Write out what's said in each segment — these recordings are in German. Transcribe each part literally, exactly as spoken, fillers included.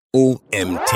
O M T.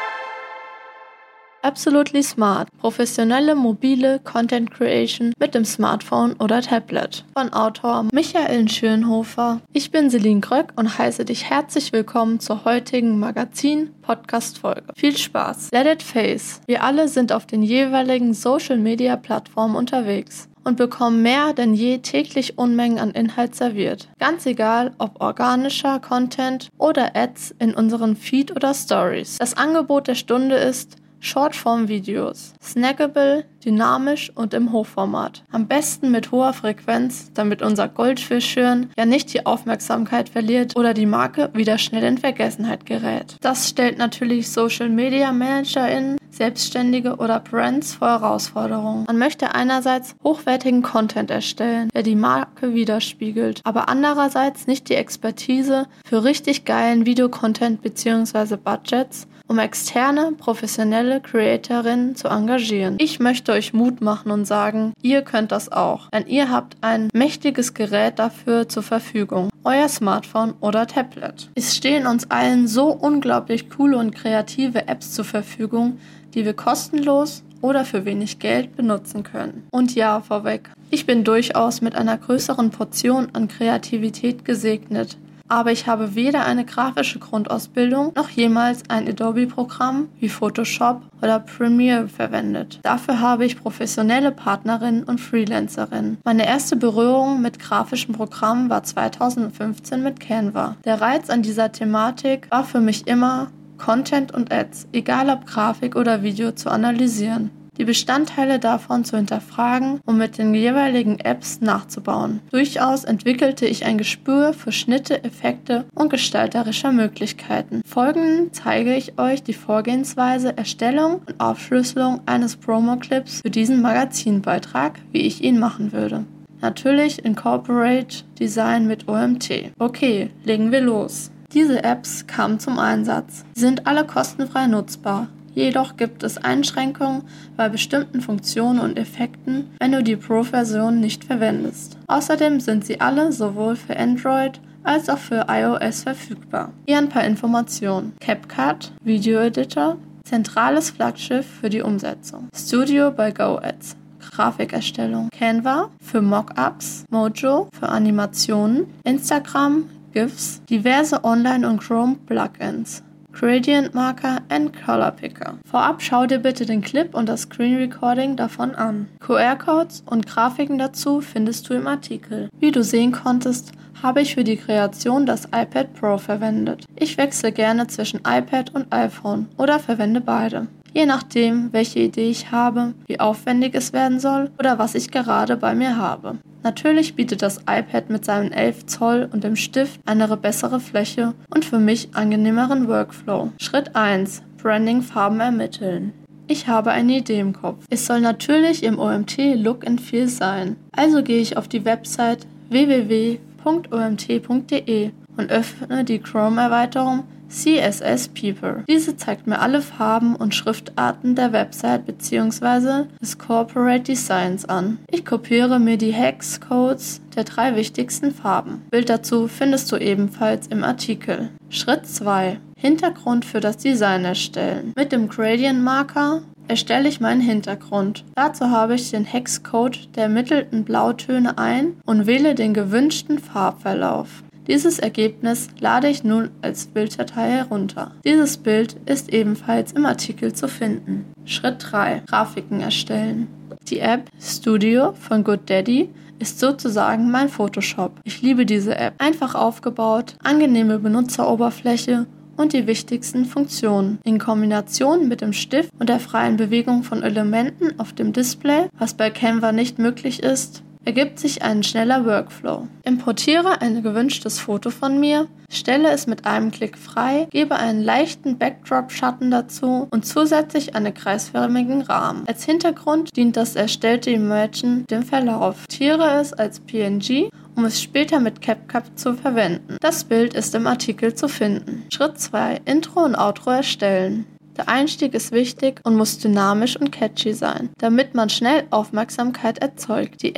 Absolutely Smart. Professionelle mobile Content Creation mit dem Smartphone oder Tablet. Von Autor Michael Schönhofer. Ich bin Celine Gröck und heiße dich herzlich willkommen zur heutigen Magazin-Podcast-Folge. Viel Spaß. Let it face. Wir alle sind auf den jeweiligen Social-Media-Plattformen unterwegs und bekommen mehr denn je täglich Unmengen an Inhalt serviert. Ganz egal, ob organischer Content oder Ads in unseren Feed oder Stories. Das Angebot der Stunde ist Shortform-Videos. Snackable, dynamisch und im Hochformat. Am besten mit hoher Frequenz, damit unser Goldfischhirn ja nicht die Aufmerksamkeit verliert oder die Marke wieder schnell in Vergessenheit gerät. Das stellt natürlich Social-Media-ManagerInnen, Selbstständige oder Brands vor Herausforderungen. Man möchte einerseits hochwertigen Content erstellen, der die Marke widerspiegelt, aber andererseits nicht die Expertise für richtig geilen Videocontent bzw. Budgets, um externe, professionelle Creatorinnen zu engagieren. Ich möchte euch Mut machen und sagen, ihr könnt das auch, denn ihr habt ein mächtiges Gerät dafür zur Verfügung. Euer Smartphone oder Tablet. Es stehen uns allen so unglaublich coole und kreative Apps zur Verfügung, die wir kostenlos oder für wenig Geld benutzen können. Und ja, vorweg, ich bin durchaus mit einer größeren Portion an Kreativität gesegnet. Aber ich habe weder eine grafische Grundausbildung noch jemals ein Adobe-Programm wie Photoshop oder Premiere verwendet. Dafür habe ich professionelle Partnerinnen und Freelancerinnen. Meine erste Berührung mit grafischen Programmen war zweitausendfünfzehn mit Canva. Der Reiz an dieser Thematik war für mich immer, Content und Ads, egal ob Grafik oder Video, zu analysieren. Die Bestandteile davon zu hinterfragen und mit den jeweiligen Apps nachzubauen. Durchaus entwickelte ich ein Gespür für Schnitte, Effekte und gestalterische Möglichkeiten. Folgend zeige ich euch die Vorgehensweise, Erstellung und Aufschlüsselung eines Promo-Clips für diesen Magazinbeitrag, wie ich ihn machen würde. Natürlich in Corporate Design mit O M T. Okay, legen wir los. Diese Apps kamen zum Einsatz. Sie sind alle kostenfrei nutzbar. Jedoch gibt es Einschränkungen bei bestimmten Funktionen und Effekten, wenn du die Pro-Version nicht verwendest. Außerdem sind sie alle sowohl für Android als auch für iOS verfügbar. Hier ein paar Informationen. CapCut, Video Editor, zentrales Flaggschiff für die Umsetzung. Studio bei GoAds, Grafikerstellung. Canva für Mockups, Mojo für Animationen, Instagram, GIFs, diverse Online- und Chrome-Plugins. Gradient Marker and Color Picker. Vorab schau dir bitte den Clip und das Screen Recording davon an. Q R-Codes und Grafiken dazu findest du im Artikel. Wie du sehen konntest, habe ich für die Kreation das iPad Pro verwendet. Ich wechsle gerne zwischen iPad und iPhone oder verwende beide. Je nachdem, welche Idee ich habe, wie aufwendig es werden soll oder was ich gerade bei mir habe. Natürlich bietet das iPad mit seinen elf Zoll und dem Stift eine bessere Fläche und für mich angenehmeren Workflow. Schritt eins. Branding-Farben ermitteln. Ich habe eine Idee im Kopf. Es soll natürlich im O M T Look and Feel sein. Also gehe ich auf die Website w w w punkt o m t punkt d e und öffne die Chrome-Erweiterung C S S Peeper. Diese zeigt mir alle Farben und Schriftarten der Website bzw. des Corporate Designs an. Ich kopiere mir die Hex-Codes der drei wichtigsten Farben. Bild dazu findest du ebenfalls im Artikel. Schritt zwei. Hintergrund für das Design erstellen. Mit dem Gradient Marker erstelle ich meinen Hintergrund. Dazu habe ich den Hexcode der ermittelten Blautöne ein und wähle den gewünschten Farbverlauf. Dieses Ergebnis lade ich nun als Bilddatei herunter. Dieses Bild ist ebenfalls im Artikel zu finden. Schritt drei. Grafiken erstellen. Die App Studio von GoDaddy ist sozusagen mein Photoshop. Ich liebe diese App. Einfach aufgebaut, angenehme Benutzeroberfläche und die wichtigsten Funktionen. In Kombination mit dem Stift und der freien Bewegung von Elementen auf dem Display, was bei Canva nicht möglich ist, ergibt sich ein schneller Workflow. Importiere ein gewünschtes Foto von mir, stelle es mit einem Klick frei, gebe einen leichten Backdrop-Schatten dazu und zusätzlich einen kreisförmigen Rahmen. Als Hintergrund dient das erstellte Imagen dem Verlauf. Tiere es als P N G, um es später mit CapCut zu verwenden. Das Bild ist im Artikel zu finden. Schritt zwei. Intro und Outro erstellen. Der Einstieg ist wichtig und muss dynamisch und catchy sein, damit man schnell Aufmerksamkeit erzeugt. Die App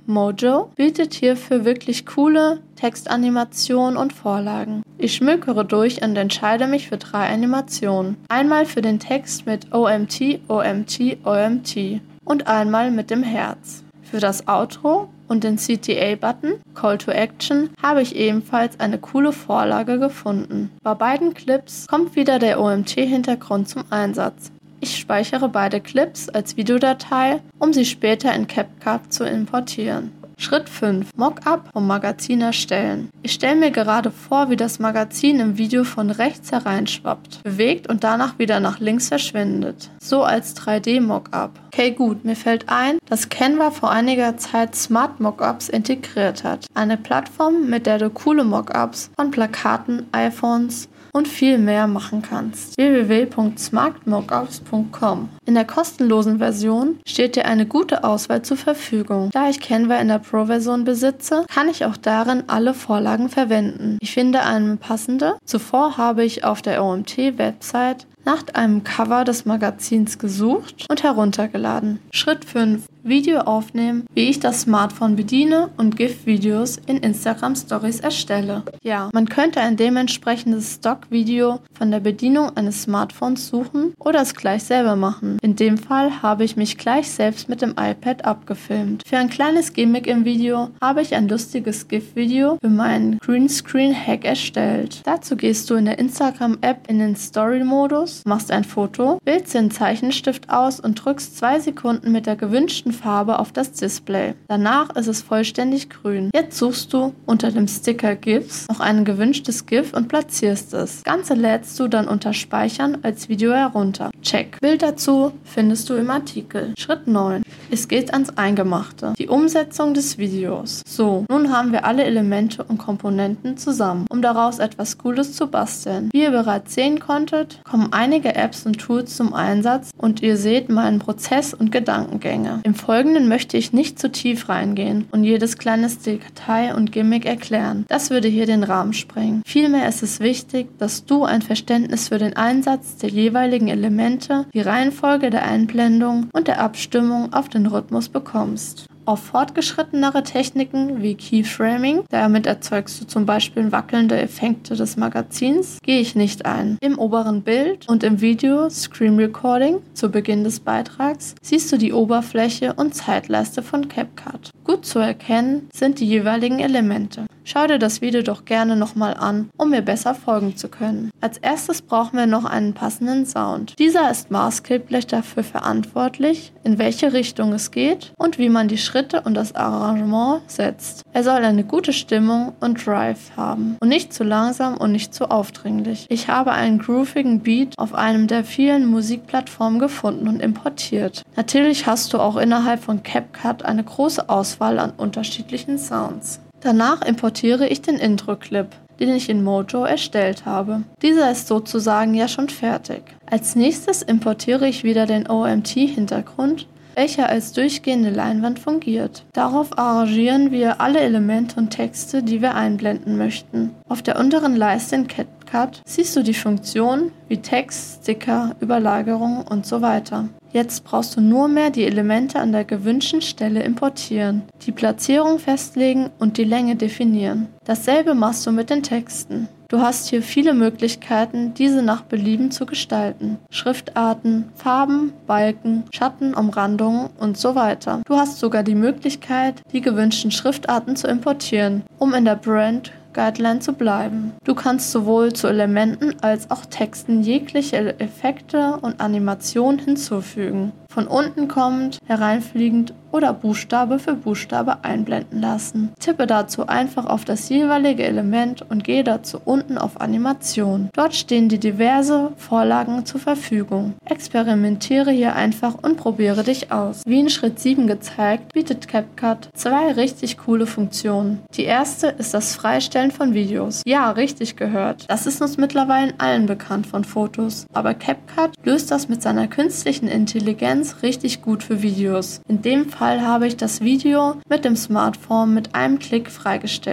Mojo bietet hierfür wirklich coole Textanimationen und Vorlagen. Ich schmökere durch und entscheide mich für drei Animationen. Einmal für den Text mit O M T, O M T, O M T und einmal mit dem Herz. Für das Outro und den C T A-Button, Call to Action, habe ich ebenfalls eine coole Vorlage gefunden. Bei beiden Clips kommt wieder der O M T-Hintergrund zum Einsatz. Ich speichere beide Clips als Videodatei, um sie später in CapCut zu importieren. Schritt fünf. Mockup vom Magazin erstellen. Ich stelle mir gerade vor, wie das Magazin im Video von rechts hereinschwappt, bewegt und danach wieder nach links verschwindet. So als drei D Mockup. Okay, gut, mir fällt ein, dass Canva vor einiger Zeit Smart Mockups integriert hat. Eine Plattform, mit der du coole Mockups von Plakaten, iPhones und viel mehr machen kannst. w w w punkt smart mockups punkt com. In der kostenlosen Version steht dir eine gute Auswahl zur Verfügung. Da ich Canva in der Pro-Version besitze, kann ich auch darin alle Vorlagen verwenden. Ich finde eine passende. Zuvor habe ich auf der O M T-Website nach einem Cover des Magazins gesucht und heruntergeladen. Schritt fünf. Video aufnehmen, wie ich das Smartphone bediene und GIF-Videos in Instagram-Stories erstelle. Ja, man könnte ein dementsprechendes Stock-Video von der Bedienung eines Smartphones suchen oder es gleich selber machen. In dem Fall habe ich mich gleich selbst mit dem iPad abgefilmt. Für ein kleines Gimmick im Video habe ich ein lustiges GIF-Video für meinen Greenscreen-Hack erstellt. Dazu gehst du in der Instagram-App in den Story-Modus, machst ein Foto, wählst den Zeichenstift aus und drückst zwei Sekunden mit der gewünschten Farbe auf das Display. Danach ist es vollständig grün. Jetzt suchst du unter dem Sticker GIFs noch ein gewünschtes GIF und platzierst es. Das Ganze lädst du dann unter Speichern als Video herunter. Check. Bild dazu findest du im Artikel. Schritt neun. Es geht ans Eingemachte. Die Umsetzung des Videos. So, nun haben wir alle Elemente und Komponenten zusammen, um daraus etwas Cooles zu basteln. Wie ihr bereits sehen konntet, kommen einige Apps und Tools zum Einsatz und ihr seht meinen Prozess und Gedankengänge. Im Folgenden möchte ich nicht zu tief reingehen und jedes kleine Detail und Gimmick erklären. Das würde hier den Rahmen sprengen. Vielmehr ist es wichtig, dass du ein Verständnis für den Einsatz der jeweiligen Elemente, die Reihenfolge der Einblendung und der Abstimmung auf den Rhythmus bekommst. Auf fortgeschrittenere Techniken wie Keyframing, damit erzeugst du zum Beispiel wackelnde Effekte des Magazins, gehe ich nicht ein. Im oberen Bild und im Video Screen Recording zu Beginn des Beitrags siehst du die Oberfläche und Zeitleiste von CapCut. Gut zu erkennen sind die jeweiligen Elemente. Schau dir das Video doch gerne nochmal an, um mir besser folgen zu können. Als erstes brauchen wir noch einen passenden Sound. Dieser ist maßgeblich dafür verantwortlich, in welche Richtung es geht und wie man die Schritte und das Arrangement setzt. Er soll eine gute Stimmung und Drive haben und nicht zu langsam und nicht zu aufdringlich. Ich habe einen groovigen Beat auf einem der vielen Musikplattformen gefunden und importiert. Natürlich hast du auch innerhalb von CapCut eine große Auswahl an unterschiedlichen Sounds. Danach importiere ich den Intro-Clip, den ich in Mojo erstellt habe. Dieser ist sozusagen ja schon fertig. Als nächstes importiere ich wieder den O M T-Hintergrund, welcher als durchgehende Leinwand fungiert. Darauf arrangieren wir alle Elemente und Texte, die wir einblenden möchten. Auf der unteren Leiste in CapCut siehst du die Funktionen wie Text, Sticker, Überlagerung und so weiter. Jetzt brauchst du nur mehr die Elemente an der gewünschten Stelle importieren, die Platzierung festlegen und die Länge definieren. Dasselbe machst du mit den Texten. Du hast hier viele Möglichkeiten, diese nach Belieben zu gestalten. Schriftarten, Farben, Balken, Schatten, Umrandungen und so weiter. Du hast sogar die Möglichkeit, die gewünschten Schriftarten zu importieren, um in der Brand Guideline zu bleiben. Du kannst sowohl zu Elementen als auch Texten jegliche Effekte und Animationen hinzufügen. Von unten kommend, hereinfliegend oder Buchstabe für Buchstabe einblenden lassen. Tippe dazu einfach auf das jeweilige Element und gehe dazu unten auf Animation. Dort stehen dir diverse Vorlagen zur Verfügung. Experimentiere hier einfach und probiere dich aus. Wie in Schritt sieben gezeigt, bietet CapCut zwei richtig coole Funktionen. Die erste ist das Freistellen von Videos. Ja, richtig gehört. Das ist uns mittlerweile allen bekannt von Fotos. Aber CapCut löst das mit seiner künstlichen Intelligenz richtig gut für Videos. In dem Fall habe ich das Video mit dem Smartphone mit einem Klick freigestellt.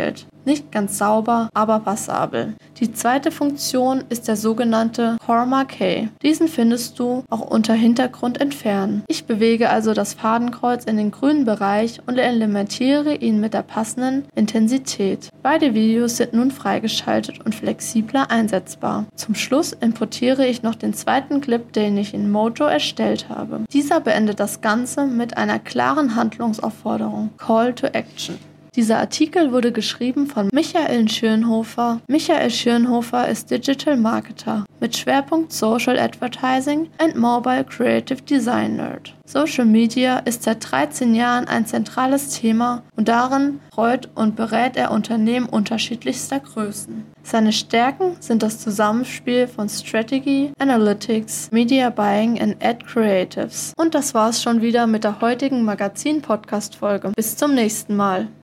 Nicht ganz sauber, aber passabel. Die zweite Funktion ist der sogenannte Chroma Key. Diesen findest du auch unter Hintergrund entfernen. Ich bewege also das Fadenkreuz in den grünen Bereich und elementiere ihn mit der passenden Intensität. Beide Videos sind nun freigeschaltet und flexibler einsetzbar. Zum Schluss importiere ich noch den zweiten Clip, den ich in Mojo erstellt habe. Dieser beendet das Ganze mit einer klaren Handlungsaufforderung, Call to Action. Dieser Artikel wurde geschrieben von Michael Schönhofer. Michael Schönhofer ist Digital Marketer mit Schwerpunkt Social Advertising and Mobile Creative Design Nerd. Social Media ist seit dreizehn Jahren ein zentrales Thema und darin betreut und berät er Unternehmen unterschiedlichster Größen. Seine Stärken sind das Zusammenspiel von Strategy, Analytics, Media Buying and Ad Creatives. Und das war's schon wieder mit der heutigen Magazin-Podcast-Folge. Bis zum nächsten Mal.